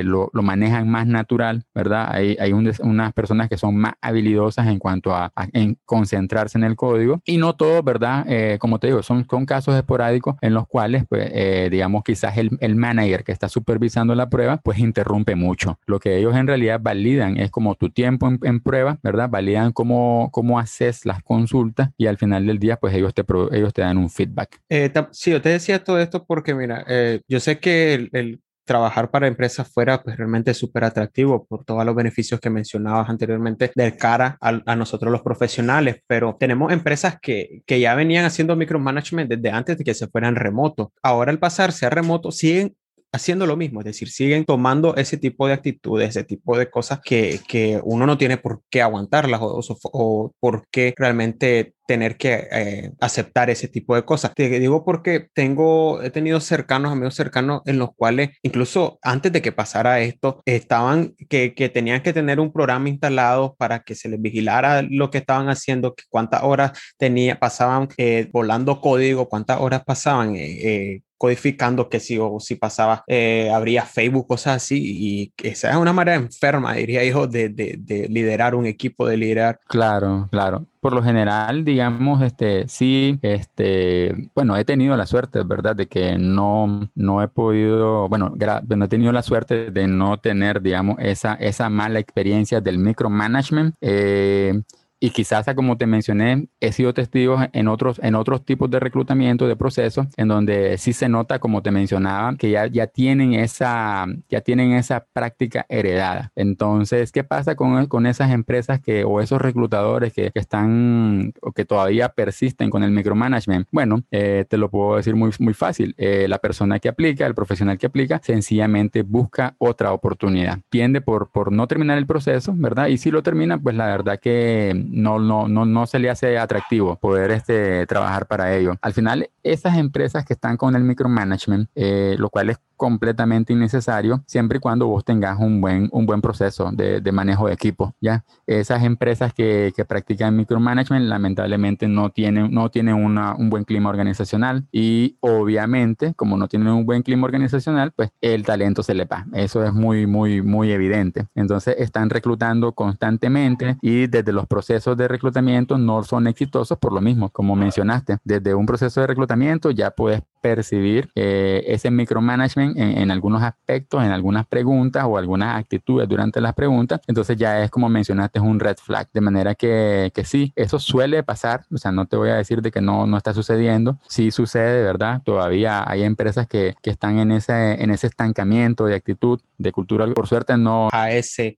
Speaker 2: manejan más natural, ¿verdad? Hay, hay un, unas personas que son más habilidosas en cuanto a, a en concentrarse en el código y no todos, ¿verdad? Eh, como te digo, son, son casos esporádicos en los cuales, pues, eh, digamos, quizás el, el manager que está supervisando la prueba, pues interrumpe mucho. Lo que ellos en realidad validan es como tu tiempo en, en prueba, ¿verdad? Validan cómo, cómo haces las consultas y al final del día, pues ellos te, ellos te dan un feedback.
Speaker 1: Eh, sí, yo te decía todo esto porque, mira, eh, yo sé que el, el trabajar para empresas fuera, pues realmente es súper atractivo por todos los beneficios que mencionabas anteriormente de cara a, a nosotros los profesionales, pero tenemos empresas que, que ya venían haciendo micromanagement desde antes de que se fueran remoto. Ahora al pasarse a remoto siguen haciendo lo mismo, es decir, siguen tomando ese tipo de actitudes, ese tipo de cosas que, que uno no tiene por qué aguantarlas o, o, o por qué realmente tener que eh, aceptar ese tipo de cosas. Te digo porque tengo, he tenido cercanos, amigos cercanos en los cuales incluso antes de que pasara esto, estaban que, que tenían que tener un programa instalado para que se les vigilara lo que estaban haciendo, que cuántas horas tenía, pasaban eh, volando código, cuántas horas pasaban eh, eh, codificando que si o si pasaba, eh, habría Facebook, cosas así, y esa es una manera enferma, diría yo, de, de, de liderar un equipo, de liderar.
Speaker 2: Claro, claro. Por lo general, digamos, este, sí, este, bueno, he tenido la suerte, ¿verdad? De que no, no he podido, bueno, no he tenido la suerte de no tener, digamos, esa, esa mala experiencia del micromanagement. Eh, Y quizás, como te mencioné, he sido testigo en otros, en otros tipos de reclutamiento, de procesos, en donde sí se nota, como te mencionaba, que ya, ya, tienen, esa, ya tienen esa práctica heredada. Entonces, ¿qué pasa con, con esas empresas que, o esos reclutadores que, que están o que todavía persisten con el micromanagement? Bueno, eh, te lo puedo decir muy, muy fácil. Eh, la persona que aplica, el profesional que aplica, sencillamente busca otra oportunidad. Tiende por, por no terminar el proceso, ¿verdad? Y si lo termina, pues la verdad que no, no, no, no se le hace atractivo poder este, trabajar para ello. Al final, esas empresas que están con el micromanagement, eh, lo cual es completamente innecesario, siempre y cuando vos tengas un buen, un buen proceso de, de manejo de equipo, ¿ya? Esas empresas que, que practican micromanagement, lamentablemente no tienen, no tienen una, un buen clima organizacional y obviamente, como no tienen un buen clima organizacional, pues el talento se le va. Eso es muy, muy, muy evidente. Entonces, están reclutando constantemente y desde los procesos de reclutamiento no son exitosos por lo mismo, como mencionaste. Desde un proceso de reclutamiento ya puedes percibir eh, ese micromanagement en, en algunos aspectos, en algunas preguntas o algunas actitudes durante las preguntas. Entonces ya es, como mencionaste, es un red flag. De manera que, que sí, eso suele pasar. O sea, no te voy a decir de que no, no está sucediendo. Sí sucede, de verdad. Todavía hay empresas que, que están en ese, en ese estancamiento de actitud, de cultura. Por suerte no.
Speaker 1: A ese,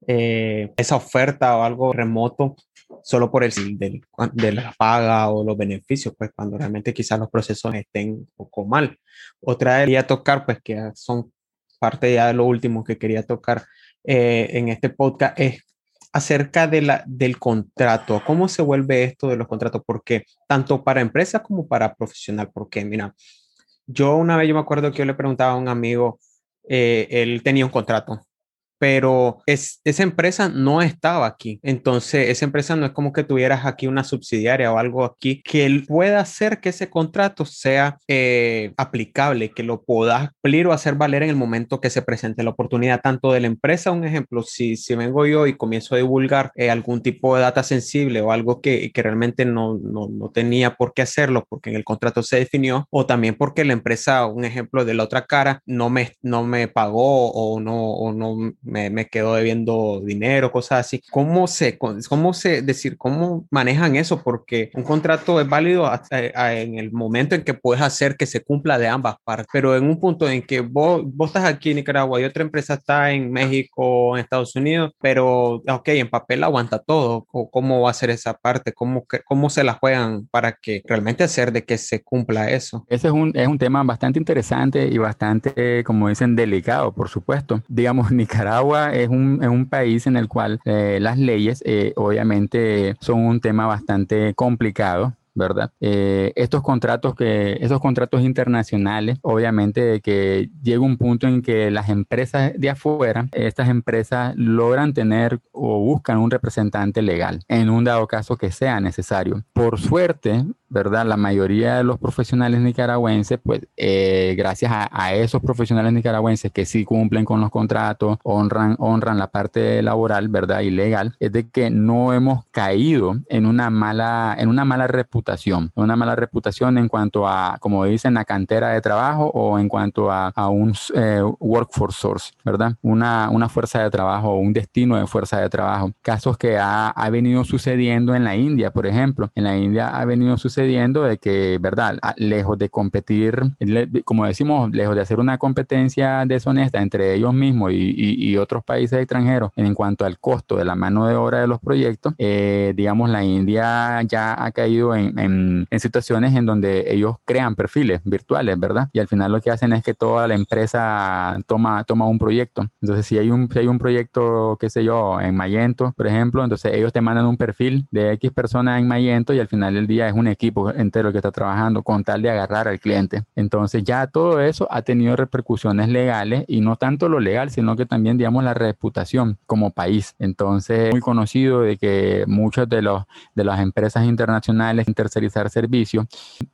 Speaker 1: eh, esa oferta o algo remoto solo por el del, de la paga o los beneficios, pues cuando realmente quizás los procesos estén un poco mal. Otra quería tocar, pues que son parte ya de lo último que quería tocar eh, en este podcast, es acerca de la, del contrato. ¿Cómo se vuelve esto de los contratos? Porque tanto para empresas como para profesional, porque mira, yo una vez yo me acuerdo que yo le preguntaba a un amigo, eh, él tenía un contrato, pero es, esa empresa no estaba aquí. Entonces, esa empresa no es como que tuvieras aquí una subsidiaria o algo aquí que él pueda hacer que ese contrato sea eh, aplicable, que lo puedas cumplir o hacer valer en el momento que se presente la oportunidad, tanto de la empresa. Un ejemplo, si, si vengo yo y comienzo a divulgar eh, algún tipo de data sensible o algo que, que realmente no, no, no tenía por qué hacerlo porque en el contrato se definió, o también porque la empresa, un ejemplo de la otra cara, no me, no me pagó o no, o no me, me quedo debiendo dinero, cosas así. ¿Cómo se, cómo se decir, cómo manejan eso? Porque un contrato es válido hasta, a, en el momento en que puedes hacer que se cumpla de ambas partes, pero en un punto en que vos, vos estás aquí en Nicaragua y otra empresa está en México, en Estados Unidos, pero, ok, en papel aguanta todo. ¿Cómo va a ser esa parte? ¿Cómo, cómo se la juegan para que realmente hacer de que se cumpla eso?
Speaker 2: Ese es un, es un tema bastante interesante y bastante, como dicen, delicado, por supuesto. Digamos, Nicaragua es un, es un país en el cual eh, las leyes eh, obviamente son un tema bastante complicado, ¿verdad? Eh, estos contratos que, esos contratos internacionales, obviamente que llega un punto en que las empresas de afuera, estas empresas logran tener o buscan un representante legal en un dado caso que sea necesario. Por suerte, ¿verdad? La mayoría de los profesionales nicaragüenses, pues eh, gracias a, a esos profesionales nicaragüenses que sí cumplen con los contratos, honran, honran la parte laboral, ¿verdad? Y legal, es de que no hemos caído en una mala, en una mala reputación, una mala reputación en cuanto a, como dicen, la cantera de trabajo o en cuanto a, a un eh, workforce source, ¿verdad? Una, una fuerza de trabajo o un destino de fuerza de trabajo. Casos que ha, ha venido sucediendo en la India, por ejemplo. En la India ha venido sucediendo de que, ¿verdad? Lejos de competir, como decimos, lejos de hacer una competencia deshonesta entre ellos mismos y, y, y otros países extranjeros en cuanto al costo de la mano de obra de los proyectos, eh, digamos, la India ya ha caído en, en, en situaciones en donde ellos crean perfiles virtuales, ¿verdad? Y al final lo que hacen es que toda la empresa toma, toma un proyecto. Entonces, si hay un, si hay un proyecto, qué sé yo, en Magento, por ejemplo, entonces ellos te mandan un perfil de X personas en Magento y al final del día es un equipo entero que está trabajando con tal de agarrar al cliente. Entonces, ya todo eso ha tenido repercusiones legales y no tanto lo legal, sino que también, digamos, la reputación como país. Entonces, muy conocido de que muchas de, los, de las empresas internacionales en tercerizar servicios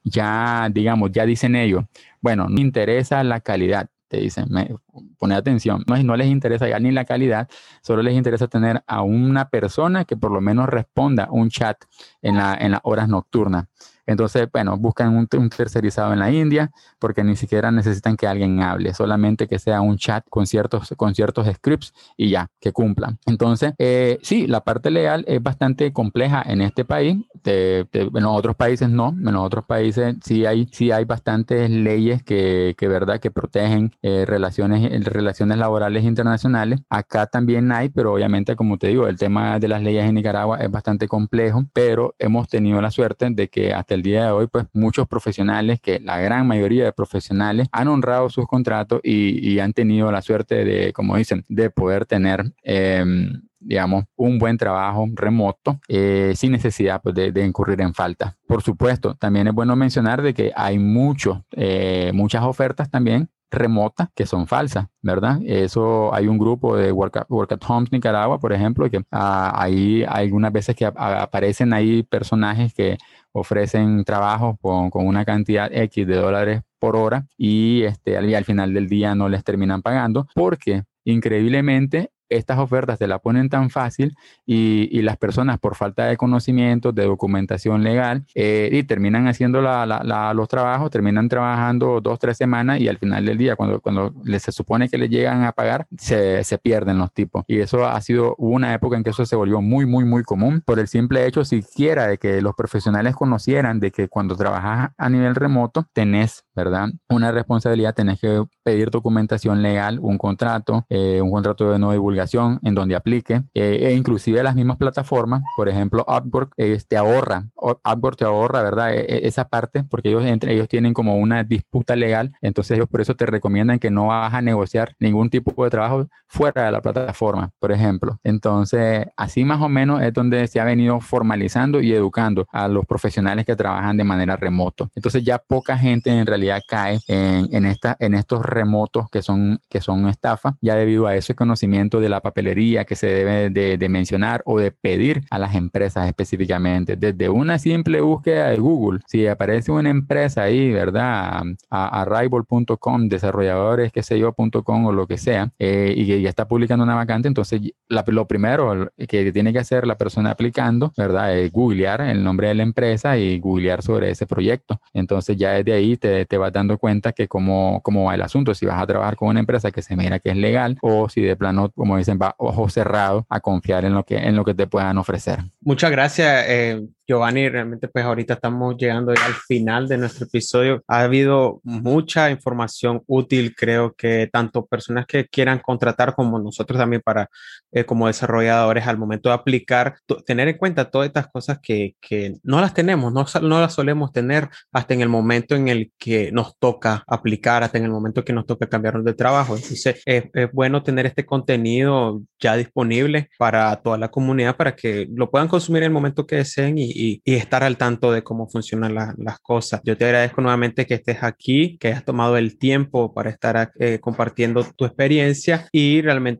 Speaker 2: ya, digamos, ya dicen ellos, bueno, no me interesa la calidad. Te dicen, me, pone atención, no, no les interesa ya ni la calidad, solo les interesa tener a una persona que por lo menos responda un chat en, la, en las horas nocturnas. Entonces, bueno, buscan un, un tercerizado en la India porque ni siquiera necesitan que alguien hable, solamente que sea un chat con ciertos, con ciertos scripts y ya, que cumplan. Entonces, eh, sí, la parte legal es bastante compleja en este país. De, de, en los otros países no, en los otros países sí hay, sí hay bastantes leyes que, que, ¿verdad? Que protegen eh, relaciones, relaciones laborales internacionales. Acá también hay, pero obviamente, como te digo, el tema de las leyes en Nicaragua es bastante complejo, pero hemos tenido la suerte de que hasta el día de hoy, pues muchos profesionales, que la gran mayoría de profesionales han honrado sus contratos y, y han tenido la suerte de, como dicen, de poder tener eh, digamos, un buen trabajo remoto eh, sin necesidad pues, de, de incurrir en falta. Por supuesto, también es bueno mencionar de que hay muchos, eh, muchas ofertas también remotas que son falsas, ¿verdad? Eso hay un grupo de Work at, Work at Homes Nicaragua, por ejemplo, que ah, ahí hay algunas veces que a, a, aparecen ahí personajes que ofrecen trabajo con, con una cantidad X de dólares por hora y este, al, al final del día no les terminan pagando porque increíblemente estas ofertas te la ponen tan fácil y, y las personas por falta de conocimientos, de documentación legal, eh, y terminan haciendo la, la, la, los trabajos, terminan trabajando dos, tres semanas y al final del día, cuando, cuando les, se supone que les llegan a pagar, se, se pierden los tipos. Y eso ha sido, hubo una época en que eso se volvió muy, muy, muy común por el simple hecho siquiera de que los profesionales conocieran de que cuando trabajas a nivel remoto tenés, ¿verdad? Una responsabilidad, tenés que pedir documentación legal, un contrato, eh, un contrato de no divulgación en donde aplique eh, e inclusive las mismas plataformas, por ejemplo Upwork eh, te ahorra, Upwork te ahorra, ¿verdad? E esa parte porque ellos entre ellos tienen como una disputa legal, entonces ellos por eso te recomiendan que no vas a negociar ningún tipo de trabajo fuera de la plataforma, por ejemplo. Entonces así más o menos es donde se ha venido formalizando y educando a los profesionales que trabajan de manera remoto. Entonces ya poca gente en realidad cae en, en, esta, en estos remotos que son, que son estafas, ya debido a ese conocimiento de la papelería que se debe de, de mencionar o de pedir a las empresas específicamente. Desde una simple búsqueda de Google, si aparece una empresa ahí, ¿verdad? A, a Arrival punto com, desarrolladores, qué sé yo, punto com o lo que sea, eh, y que ya está publicando una vacante, entonces la, lo primero que tiene que hacer la persona aplicando, ¿verdad? Es googlear el nombre de la empresa y googlear sobre ese proyecto. Entonces ya desde ahí te, te vas dando cuenta que cómo, cómo va el asunto, si vas a trabajar con una empresa que se mira que es legal o si de plano, como dicen, va ojo cerrado a confiar en lo que, en lo que te puedan ofrecer.
Speaker 1: Muchas gracias, eh, Giovanni. Realmente, pues ahorita estamos llegando ya al final de nuestro episodio. Ha habido mucha información útil, creo que tanto personas que quieran contratar como nosotros también para, eh, como desarrolladores, al momento de aplicar, tener en cuenta todas estas cosas que, que no las tenemos, no, no las solemos tener hasta en el momento en el que nos toca aplicar, hasta en el momento que nos toca cambiarnos de trabajo. Entonces, es, es bueno tener este contenido ya disponible para toda la comunidad para que lo puedan consumir en el momento que deseen y, y, y estar al tanto de cómo funcionan la, las cosas. Yo te agradezco nuevamente que estés aquí, que hayas tomado el tiempo para estar eh, compartiendo tu experiencia y realmente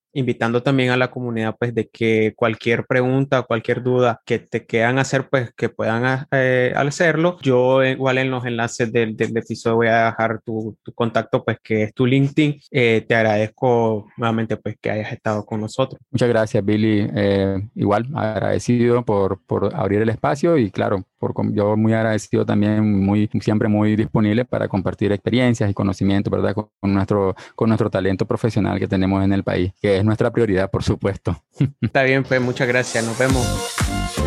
Speaker 1: invitando también a la comunidad pues de que cualquier pregunta, cualquier duda que te quieran hacer pues que puedan eh, hacerlo. Yo igual en los enlaces del, del episodio voy a dejar tu, tu contacto pues que es tu LinkedIn. Eh, te agradezco nuevamente pues que hayas estado con nosotros.
Speaker 2: Muchas gracias, Billy. Eh, igual agradecido por, por abrir el espacio y claro, por, yo muy agradecido también, muy, siempre muy disponible para compartir experiencias y conocimientos, ¿verdad? Con, con nuestro, con nuestro talento profesional que tenemos en el país, que es nuestra prioridad, por supuesto.
Speaker 1: Está bien, pues muchas gracias. Nos vemos.